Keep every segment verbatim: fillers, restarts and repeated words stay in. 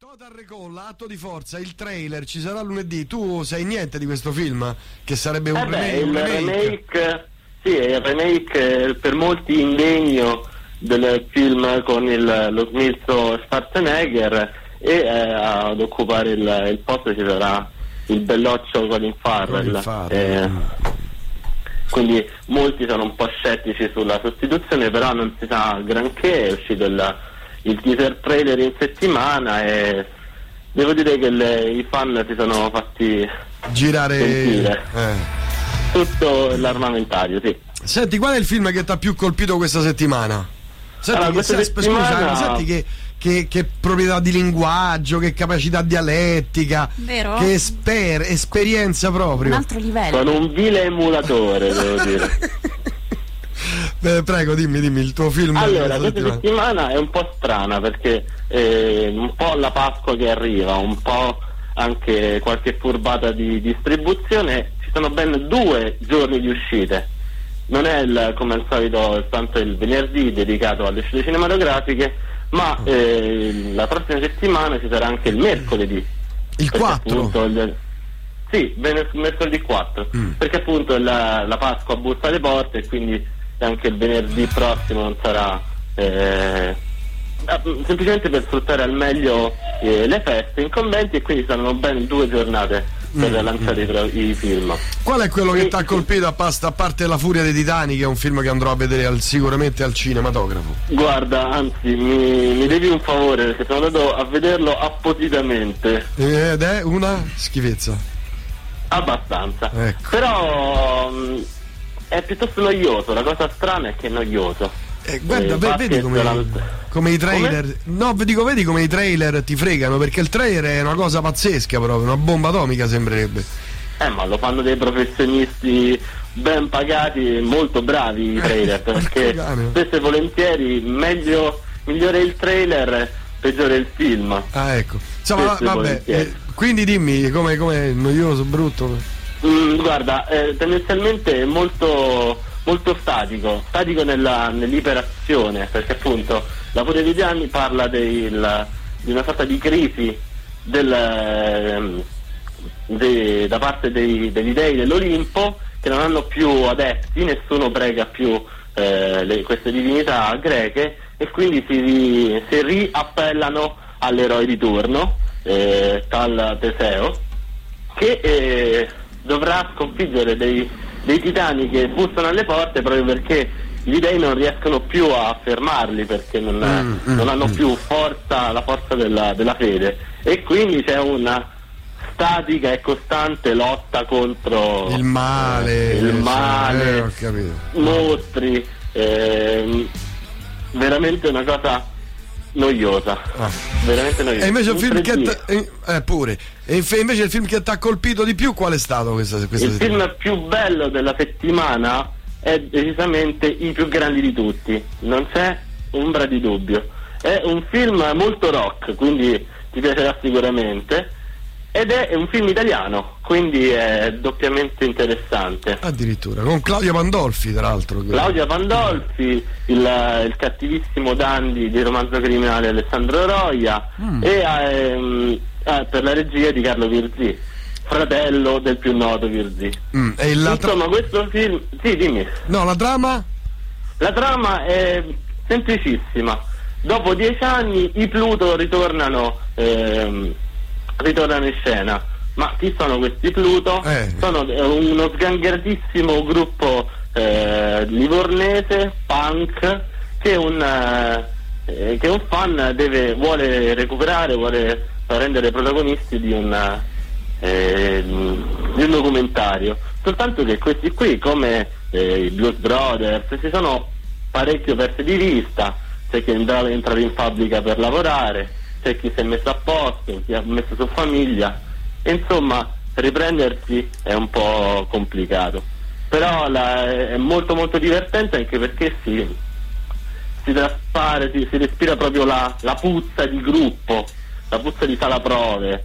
Total Recall, Atto di forza, il trailer ci sarà lunedì. Tu sai niente di questo film? Che sarebbe un, eh beh, remake, il un remake? remake, sì, il remake per molti indegno del film con il, lo smilzo Schwarzenegger, e eh, ad occupare il, il posto ci sarà il belloccio Colin Farrell. Colin Farrell. Eh, quindi molti sono un po' scettici sulla sostituzione, però non si sa granché. È uscito il, il teaser trailer in settimana e devo dire che le, i fan si sono fatti girare sentire. Eh. Tutto l'armamentario, sì. Senti, qual è il film che ti ha più colpito questa settimana? Senti, Allora, che questa se- settimana- scusa, senti che, che, che proprietà di linguaggio, che capacità dialettica, Vero? che esper- esperienza proprio. Un altro livello. Sono un vile emulatore, devo dire. Beh, prego, dimmi, dimmi il tuo film. Allora, di questa settimana è un po' strana perché eh, un po' la Pasqua che arriva, un po' anche qualche furbata di distribuzione. Ci sono ben due giorni di uscite. Non è il, come al solito tanto il venerdì dedicato alle uscite cinematografiche, ma eh, la prossima settimana ci sarà anche il mercoledì. Il Perché quattro? appunto il- sì, ven- mercoledì quattro, Mm. perché appunto la, la Pasqua bussa alle porte e quindi anche il venerdì prossimo non sarà eh, ah, semplicemente per sfruttare al meglio eh, le feste in conventi, e quindi saranno ben due giornate per Mm, lanciare i, pro- i film. Qual è quello che Sì, ti ha sì. colpito a, pasta, a parte La Furia dei Titani, che è un film che andrò a vedere al- sicuramente al cinematografo? Guarda, anzi, mi, mi devi un favore perché sono andato a vederlo appositamente. Ed è una schifezza. Abbastanza. Ecco. Però mh, è piuttosto noioso. La cosa strana è che è noioso. Eh, guarda, Eh, ve- vedi Vasquez come, la- come i trailer. No, vi dico, vedi come i trailer ti fregano, perché il trailer è una cosa pazzesca proprio, una bomba atomica sembrerebbe. Eh, ma lo fanno dei professionisti ben pagati e molto bravi i trailer, perché cane. spesso e volentieri meglio, migliore il trailer, peggiore il film. Ah, ecco. Insomma, Spesso e vabbè, volentieri. eh, quindi dimmi come è noioso, brutto. Mm, guarda, eh, tendenzialmente è molto, molto statico, statico nella, nell'iperazione, perché appunto La Furia dei Titani parla del, di una sorta di crisi del, ehm, de- da parte dei, degli dei dell'Olimpo, che non hanno più adepti, nessuno prega più eh, le- queste divinità greche, e quindi si, ri- si riappellano all'eroe di turno, eh, tal Teseo, che eh, dovrà sconfiggere dei, dei titani che bussano alle porte, proprio perché gli dei non riescono più a fermarli, perché non, Mm, mm, non hanno mm. più forza, la forza della, della fede, e quindi c'è una statica e costante lotta contro Il male. eh, il cioè, male, eh, ho capito. mostri, ehm, veramente una cosa noiosa, Ah. veramente noiosa. E invece il Un film che tre D. t'ha- eh, eh, pure. E inf- invece il film che ti ha colpito di più qual è stato questa, questa Il settimana? film più bello della settimana è decisamente I più grandi di tutti, non c'è ombra di dubbio. È un film molto rock, quindi ti piacerà sicuramente, ed è un film italiano, quindi è doppiamente interessante. Addirittura, con Claudio Pandolfi, tra l'altro. Claudia Pandolfi, il, il cattivissimo dandy di Romanzo Criminale Alessandro Roia, Mm. e ehm, eh, per la regia di Carlo Virzì, fratello del più noto Virzì. Mm, e la tra- Insomma, questo film, sì, dimmi. No, la trama? La trama è semplicissima. Dopo dieci anni i Pluto ritornano, ehm, ritornano in scena. Ma chi sono questi Pluto? Eh. Sono eh, uno sganghertissimo gruppo eh, livornese, punk, che un, eh, che un fan deve, vuole recuperare, vuole rendere protagonisti di un, eh, di un documentario. Soltanto che questi qui, come eh, i Blues Brothers, si sono parecchio persi di vista. C'è chi è entrato entrato in fabbrica per lavorare, c'è chi si è messo a posto, chi ha messo su famiglia, e insomma riprendersi è un po' complicato. Però la, è molto molto divertente, anche perché si, si traspare, si, si respira proprio la, la puzza di gruppo, la puzza di sala prove,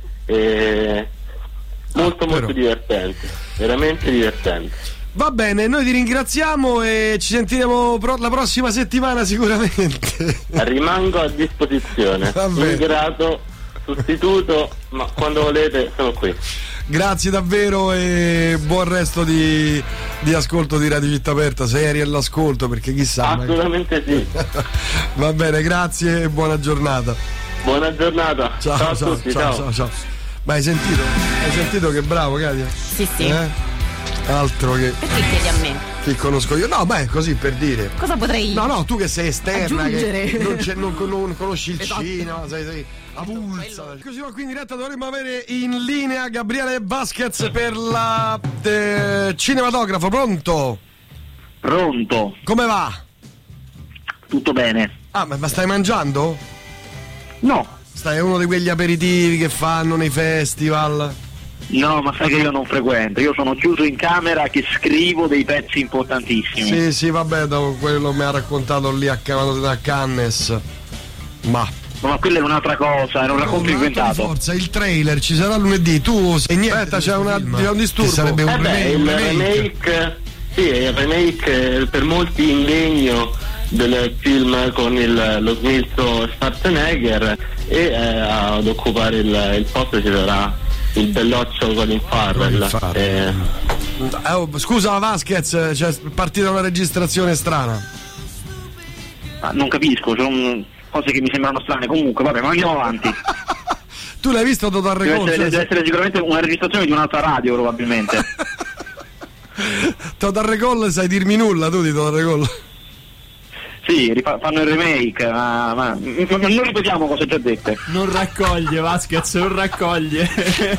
e molto Ah, molto però. divertente, veramente divertente. Va bene, noi ti ringraziamo e ci sentiremo pro- la prossima settimana sicuramente. Rimango a disposizione, Va bene. ingrato sostituto, ma quando volete sono qui. Grazie davvero e buon resto di, di ascolto di Radio Città Aperta, se eri all'ascolto, perché chissà. Assolutamente sì. Va bene, grazie e buona giornata. Buona giornata. Ciao, ciao a ciao, tutti, ciao, ciao. ciao, ciao. Ma hai sentito? Hai sentito che bravo, Katia? Sì, sì. Eh? Altro che. Perché chiedi a me? Che conosco io. No, beh, così per dire. Cosa potrei No, no, tu che sei esterna, aggiungere? che non, c'è, non, non conosci il Esatto. cinema, sei, sei avulsa. Così va, qui in diretta dovremmo avere in linea Gabriele Vasquez per la eh, cinematografo. Pronto? Pronto, Come va? tutto bene? Ah, ma, ma stai mangiando? No, Stai, è uno di quegli aperitivi che fanno nei festival? no, ma sai che io non frequento, io sono chiuso in camera che scrivo dei pezzi importantissimi. Sì, sì, vabbè, dopo quello mi ha raccontato lì a, a Cannes. Ma Ma quella è un'altra cosa, era un racconto inventato. Forza, il trailer ci sarà lunedì. Tu sei niente. Aspetta, c'è, una, c'è un disturbo. Ci sarebbe un Eh beh, remake. il un remake. remake, sì, il remake è per molti indegno del film con il, lo smilzo Schwarzenegger e eh, ad occupare il, il posto ci sarà il belloccio Colin Farrell. Colin Farrell. Eh, Eh, oh, scusa Vasquez, c'è partita una registrazione strana. Ah, non capisco, sono cose che mi sembrano strane. Comunque, vabbè, ma andiamo avanti. Tu l'hai visto Total Deve Recall? essere, Cioè, deve essere sicuramente una registrazione di un'altra radio, probabilmente. Total Recall, sai dirmi nulla tu di Total Recall? Sì, rifa- fanno il remake, ma, ma non ripetiamo cose già dette. Non raccoglie, Vasquez, non raccoglie.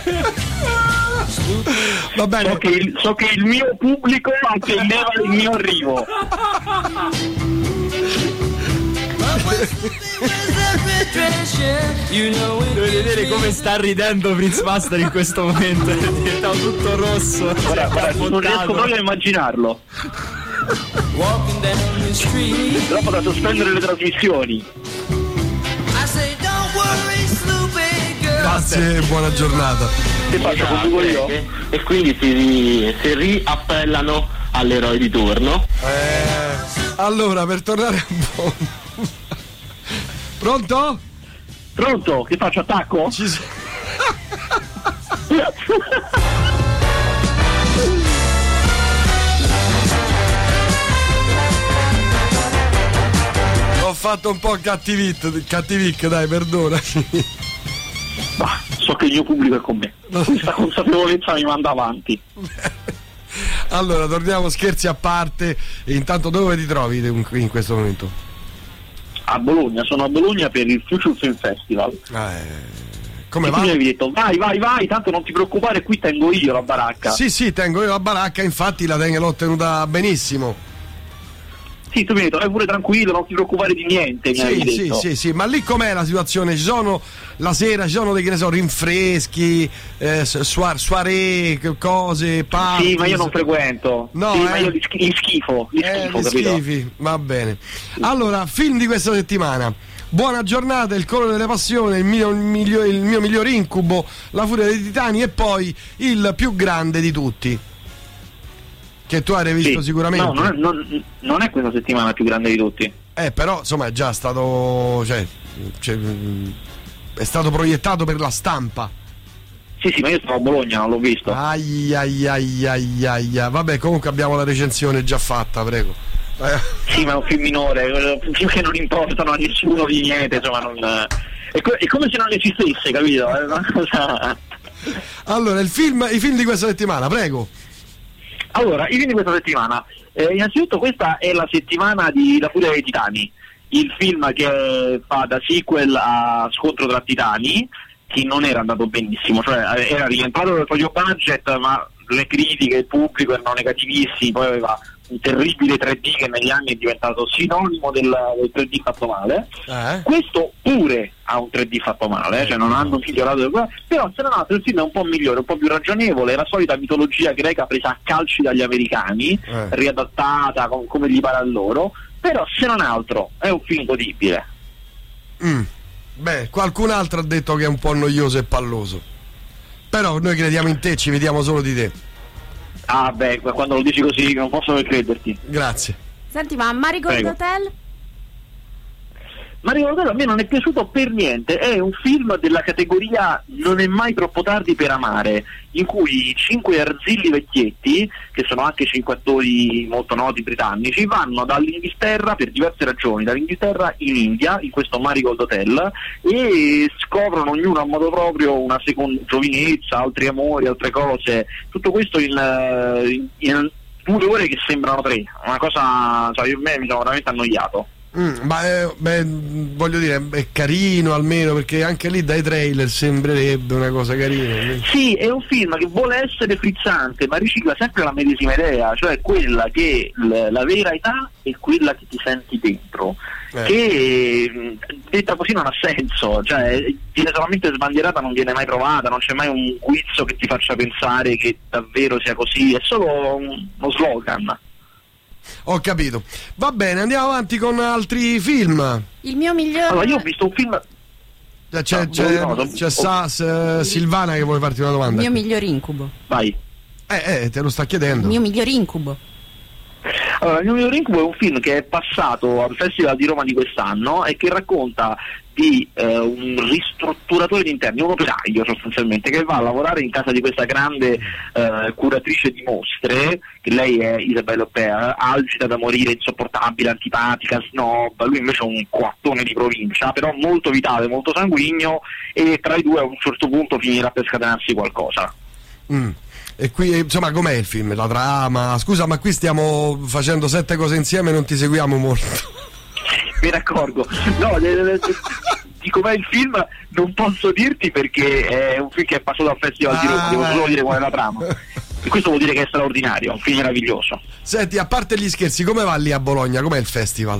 Va bene. So che il, so che il mio pubblico attendeva il mio arrivo. Dovete vedere come sta ridendo Prince Master in questo momento. È diventato tutto rosso. Guarda, guarda, non riesco proprio a immaginarlo. Però potrà sospendere le trasmissioni. Grazie e buona giornata. Che faccio, esatto, conduco io? e, e quindi si, ri- si riappellano all'eroe di turno. Eh, allora, per tornare un po'. Pronto? Pronto? Che faccio, attacco? Ci so- Ho fatto un po' cattivic, cattivic, dai, perdonami. Bah, so che il mio pubblico è con me. Questa consapevolezza mi manda avanti. Allora, torniamo, scherzi a parte. E intanto dove ti trovi in questo momento? A Bologna, sono a Bologna per il Future Film Festival. Eh, come E va? quindi mi hai detto vai, vai, vai, tanto non ti preoccupare, qui tengo io la baracca. Sì, sì, tengo io la baracca, infatti la tengo, l'ho tenuta benissimo. Sì, tu mi hai detto, vai pure tranquillo, non ti preoccupare di niente, mi Sì, hai sì, detto. sì, sì, ma lì com'è la situazione? Ci sono la sera, ci sono dei, che ne so, rinfreschi, eh, soir- soirée, cose, party. Sì, ma io non frequento. No, sì, eh. ma io li, schi- li schifo, li Eh, schifo, gli capito? schifi, va bene. Allora, film di questa settimana. Buona giornata, Il colore delle passioni, il mio, il miglio- il mio miglior incubo, La furia dei titani e poi il più grande di tutti. Che tu hai visto Sì. sicuramente. No, non è, non- non è questa settimana più grande di tutti. Eh, però insomma è già stato. Cioè, cioè, mh, è stato proiettato per la stampa. Sì, sì, ma io stavo a Bologna, non l'ho visto. Ai ai ai ai ai ai. Vabbè, comunque abbiamo la recensione già fatta, prego. Eh, Sì, ma è un film minore, film che non importano a nessuno di niente, insomma, non. È, co- è come se non esistesse, capito? È una cosa. Allora, il film, i film di questa settimana, prego. Allora, i film di questa settimana. Eh, innanzitutto questa è la settimana di La furia dei titani, il film che fa da sequel a Scontro tra titani, che non era andato benissimo, cioè era rientrato dal proprio budget, ma le critiche, il pubblico erano negativissimi, poi aveva un terribile tre D che negli anni è diventato sinonimo del, del tre D fatto male. Eh? Questo pure ha un tre D fatto male, eh, cioè non hanno migliorato, però se non altro il film è un po' migliore, un po' più ragionevole, è la solita mitologia greca presa a calci dagli americani, Eh. riadattata com- come gli pare a loro, però se non altro è un film godibile. Mm. Beh, qualcun altro ha detto che è un po' noioso e palloso. Però noi crediamo in te, ci vediamo solo di te. Ah beh, quando lo dici così non posso che crederti. Grazie. Senti, ma Marigold Prego. Hotel? Mario Hotel a me non è piaciuto per niente, è un film della categoria non è mai troppo tardi per amare, in cui cinque arzilli vecchietti, che sono anche cinque attori molto noti britannici, vanno dall'Inghilterra per diverse ragioni, dall'Inghilterra in India, in questo Marigold Hotel, e scoprono ognuno a modo proprio una seconda giovinezza, altri amori, altre cose, tutto questo in, in, in due ore che sembrano tre, una cosa, cioè io me mi sono veramente annoiato. Mm, ma è, beh, voglio dire, è carino almeno, perché anche lì dai trailer sembrerebbe una cosa carina. Sì, è un film che vuole essere frizzante, ma ricicla sempre la medesima idea, cioè quella che l- la vera età è quella che ti senti dentro, eh. che detta così non ha senso, cioè viene solamente sbandierata, non viene mai provata, non c'è mai un guizzo che ti faccia pensare che davvero sia così, è solo uno slogan. Ho capito. Va bene, andiamo avanti con altri film. Il mio migliore. Allora, io ho visto un film. C'è, c'è, c'è, no, c'è Sas, uh, Silvana che vuole farti una domanda. Il mio miglior incubo. Vai. Eh, eh, te lo sta chiedendo. Il mio miglior incubo. Allora, il mio miglior incubo è un film che è passato al Festival di Roma di quest'anno e che racconta di eh, un ristrutturatore di interni, un operaio sostanzialmente, che va a lavorare in casa di questa grande eh, curatrice di mostre, che lei è Isabelle Huppert, algida da morire, insopportabile, antipatica, snob. Lui invece è un quattone di provincia, però molto vitale, molto sanguigno, e tra i due a un certo punto finirà per scatenarsi qualcosa. Mm. E qui, insomma, com'è il film? La trama? Scusa, ma qui stiamo facendo sette cose insieme e non ti seguiamo molto. Me ne accorgo. No, di com'è il film non posso dirti, perché è un film che è passato al Festival ah, di Roma, devo solo dire qual è la trama. E questo vuol dire che è straordinario, un film meraviglioso. Senti, a parte gli scherzi, come va lì a Bologna? Com'è il festival?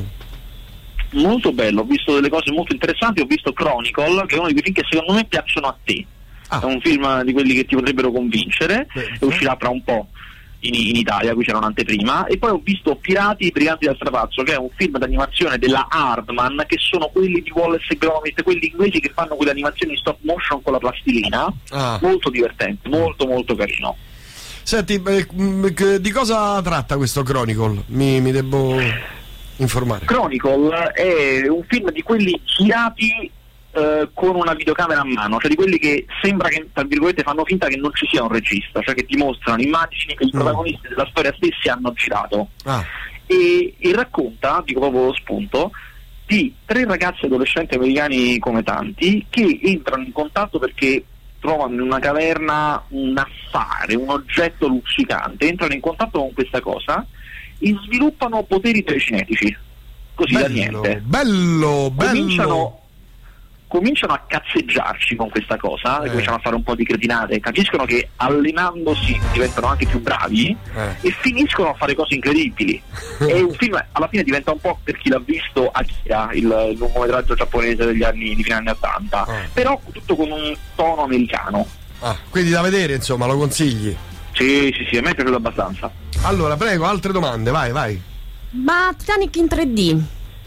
Molto bello, ho visto delle cose molto interessanti, ho visto Chronicle, che è uno di quei film che secondo me piacciono a te. Ah. È un film di quelli che ti potrebbero convincere, Beh, e uscirà tra un po' in, in Italia, qui c'era un'anteprima. E poi ho visto Pirati Briganti dal Strapazzo, che è un film d'animazione della Hardman, che sono quelli di Wallace e Gromit, quelli inglesi che fanno quelle animazioni stop motion con la plastilina. Ah. Molto divertente, molto molto carino. Senti, eh, di cosa tratta questo Chronicle? Mi, mi devo informare. Chronicle è un film di quelli girati Uh, con una videocamera a mano, cioè di quelli che sembra che, tra virgolette, fanno finta che non ci sia un regista, cioè che ti mostrano immagini che i protagonisti mm. della storia stessi hanno girato. Ah. E, e racconta, dico proprio lo spunto, di tre ragazzi adolescenti americani come tanti che entrano in contatto perché trovano in una caverna un affare, un oggetto luccicante, entrano in contatto con questa cosa e sviluppano poteri telecinetici, così bello, da niente. Bello, bello. Cominciano cominciano a cazzeggiarci con questa cosa, eh. cominciano a fare un po' di cretinate, capiscono che allenandosi diventano anche più bravi eh. e finiscono a fare cose incredibili. E un film alla fine diventa un po', per chi l'ha visto, Akira, il, il lungometraggio giapponese degli anni di fine anni ottanta, eh. però tutto con un tono americano. Ah, quindi da vedere, insomma, lo consigli? Sì, sì, sì, a me è piaciuto abbastanza. Allora, prego, altre domande, vai, vai. Ma Titanic in tre D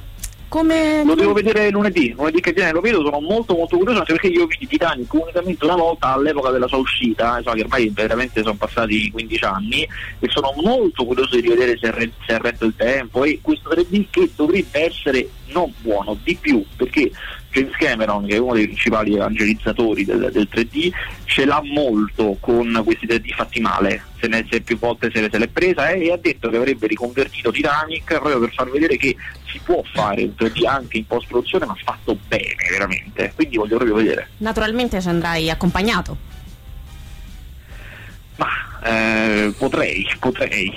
come... Lo devo vedere lunedì, lunedì che viene lo vedo, sono molto molto curioso, anche perché io vidi Titanic unicamente una volta all'epoca della sua uscita, eh, so che ormai veramente sono passati quindici anni, e sono molto curioso di rivedere se, re, se ha retto il tempo, e questo tre D che dovrebbe essere non buono, di più, perché James Cameron, che è uno dei principali evangelizzatori del, del tre D, ce l'ha molto con questi tre D fatti male, se ne se più volte se, se l'è presa, eh, e ha detto che avrebbe riconvertito Titanic proprio per far vedere che si può fare un tre D anche in post produzione, ma fatto bene veramente, quindi voglio proprio vedere. Naturalmente ci andrai accompagnato. Ma eh, potrei, potrei.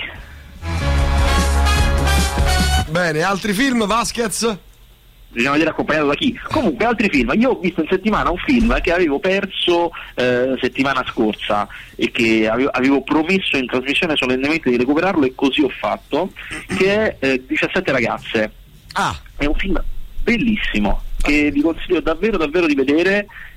Bene, altri film, Vasquez? Bisogna vedere accompagnato da chi. Comunque, altri film. Io ho visto in settimana un film che avevo perso eh, settimana scorsa e che avevo, avevo promesso in trasmissione solennemente di recuperarlo, e così ho fatto, che è eh, diciassette ragazze. Ah. È un film bellissimo che vi consiglio davvero davvero di vedere,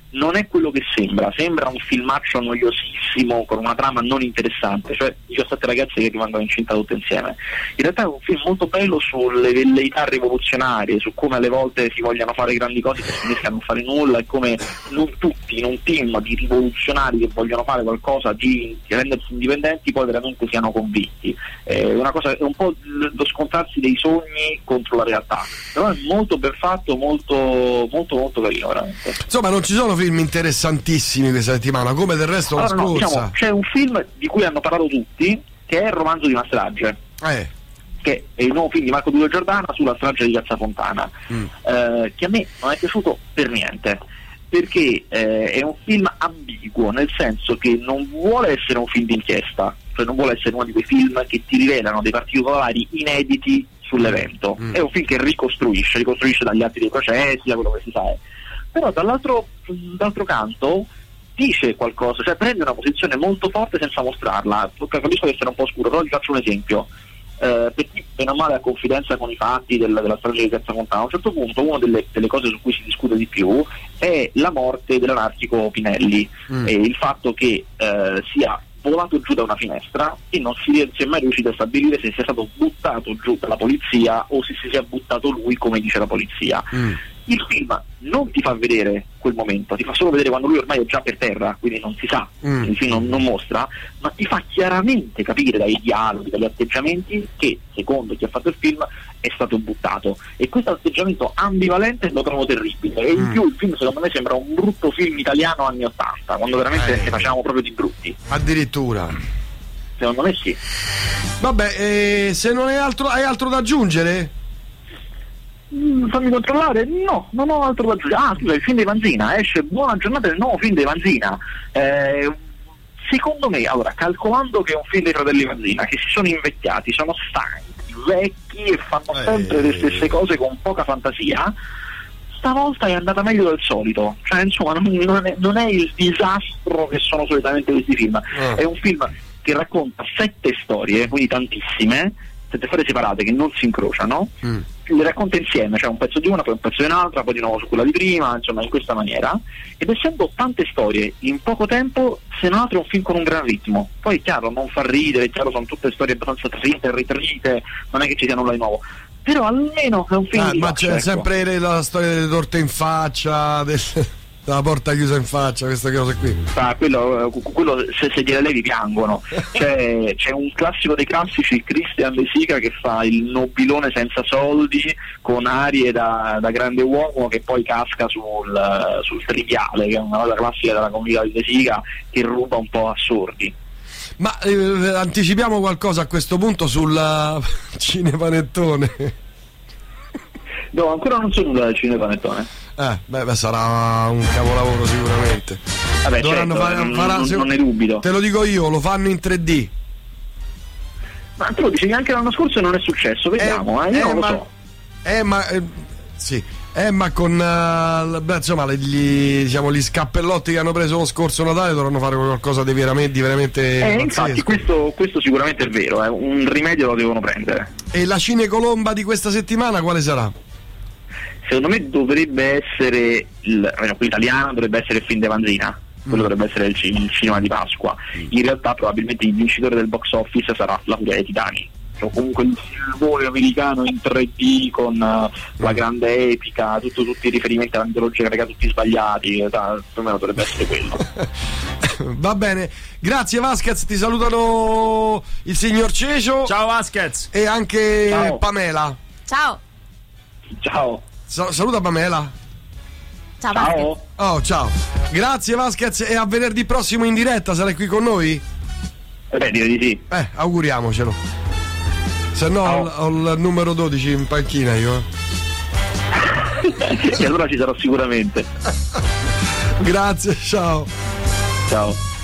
non è quello che sembra, sembra un filmaccio noiosissimo con una trama non interessante, cioè diciassette ragazze che rimangono incinta tutte insieme. In realtà è un film molto bello sulle velleità rivoluzionarie, su come alle volte si vogliano fare grandi cose che si riescano a non fare nulla, e come non tutti in un team di rivoluzionari che vogliono fare qualcosa di, di rendersi indipendenti poi veramente siano convinti. È una cosa, è un po' lo scontrarsi dei sogni contro la realtà, però è molto ben fatto, molto molto molto carino veramente. Insomma, non ci sono film interessantissimi questa settimana, come del resto la allora, no, scorsa. diciamo, c'è un film di cui hanno parlato tutti, che è Il romanzo di una strage, eh. che è il nuovo film di Marco Tullio Giordana sulla strage di Piazza Fontana, mm. eh, che a me non è piaciuto per niente, perché eh, è un film ambiguo, nel senso che non vuole essere un film d'inchiesta, cioè non vuole essere uno di quei film che ti rivelano dei particolari inediti sull'evento. Mm. È un film che ricostruisce, ricostruisce dagli atti dei processi, da quello che si sa. Però dall'altro, d'altro canto dice qualcosa, cioè prende una posizione molto forte senza mostrarla. Capisco di essere un po' oscuro, però vi faccio un esempio. Eh, per chi bene o male ha confidenza con i fatti del, della strage di Piazza Fontana, a un certo punto una delle, delle cose su cui si discute di più è la morte dell'anarchico Pinelli, mm. e il fatto che eh, sia volato giù da una finestra e non si, si è mai riuscito a stabilire se sia stato buttato giù dalla polizia o se si sia buttato lui, come dice la polizia. Mm. Il film non ti fa vedere quel momento, ti fa solo vedere quando lui ormai è già per terra, quindi non si sa, mm. il film non, non mostra, ma ti fa chiaramente capire dai dialoghi, dagli atteggiamenti che, secondo chi ha fatto il film, è stato buttato. E questo atteggiamento ambivalente lo trovo terribile, e in mm. più il film secondo me sembra un brutto film italiano anni ottanta, quando veramente eh. ne facevamo proprio di brutti. Addirittura. Secondo me sì. Vabbè, eh, se non hai altro, hai altro da aggiungere? Mm, fammi controllare, no, non ho altro da aggiungere. Ah, scusa, il film di Vanzina, esce Buona giornata del nuovo film di Vanzina. Eh, secondo me, allora, calcolando che è un film dei fratelli Vanzina, che si sono invecchiati, sono stanchi, vecchi e fanno eh, sempre le stesse cose con poca fantasia, stavolta è andata meglio del solito. Cioè, insomma, non, non, è, non è il disastro che sono solitamente questi film. Eh. È un film che racconta sette storie, quindi tantissime, sette storie separate che non si incrociano, mm. le racconta insieme, cioè un pezzo di una, poi un pezzo di un'altra, poi di nuovo su quella di prima, insomma in questa maniera, ed essendo tante storie in poco tempo, se non altro è un film con un gran ritmo. Poi è chiaro, non fa ridere, è chiaro, sono tutte storie abbastanza trite, ritrite, non è che ci sia nulla di nuovo, però almeno è un film ah, di ma faccia, c'è ecco. sempre la storia delle torte in faccia, del... la porta chiusa in faccia, queste cose qui. Ah, quello, quello se, se gliele levi piangono. C'è, c'è un classico dei classici, Christian De Sica, che fa il nobilone senza soldi, con arie da, da grande uomo, che poi casca sul, sul triviale, che è una cosa classica della commedia di De Sica, che ruba un po' assurdi. Ma eh, anticipiamo qualcosa a questo punto sul cinepanettone? No, ancora non so nulla del cinepanettone. Eh, beh, beh, sarà un capolavoro sicuramente. Vabbè, certo, fare, non, farà, non, non ne dubito. Te lo dico io, lo fanno in tre D. Ma tu lo dici che anche l'anno scorso non è successo, vediamo, eh, eh, io eh, non ma, lo so. Eh, ma eh, sì, eh, ma con uh, beh, insomma, gli, diciamo, gli scappellotti che hanno preso lo scorso Natale dovranno fare qualcosa di veramente, di veramente eh, infatti questo, questo sicuramente è vero, eh, un rimedio lo devono prendere. E la cinecolomba di questa settimana quale sarà? Secondo me dovrebbe essere il, almeno qui italiano, dovrebbe essere il film di Vanzina, quello mm. dovrebbe essere il, il cinema di Pasqua. In realtà probabilmente il vincitore del box office sarà La furia dei titani, o comunque il filmone americano in tre D con uh, la grande epica, tutto, tutti i riferimenti alla mitologia greca tutti sbagliati, più o meno dovrebbe essere quello. Va bene, grazie Vasquez, ti salutano il signor Cecio. Ciao Vasquez. E anche Ciao. Pamela. Ciao. Ciao. Sa- saluta Pamela. Ciao. Ciao. Oh, ciao. Grazie Vasquez, e a venerdì prossimo in diretta sarai qui con noi? Beh, direi di sì. Eh, auguriamocelo. Se no ho, ho il numero dodici in panchina io. E allora ci sarò sicuramente. Grazie, ciao. Ciao.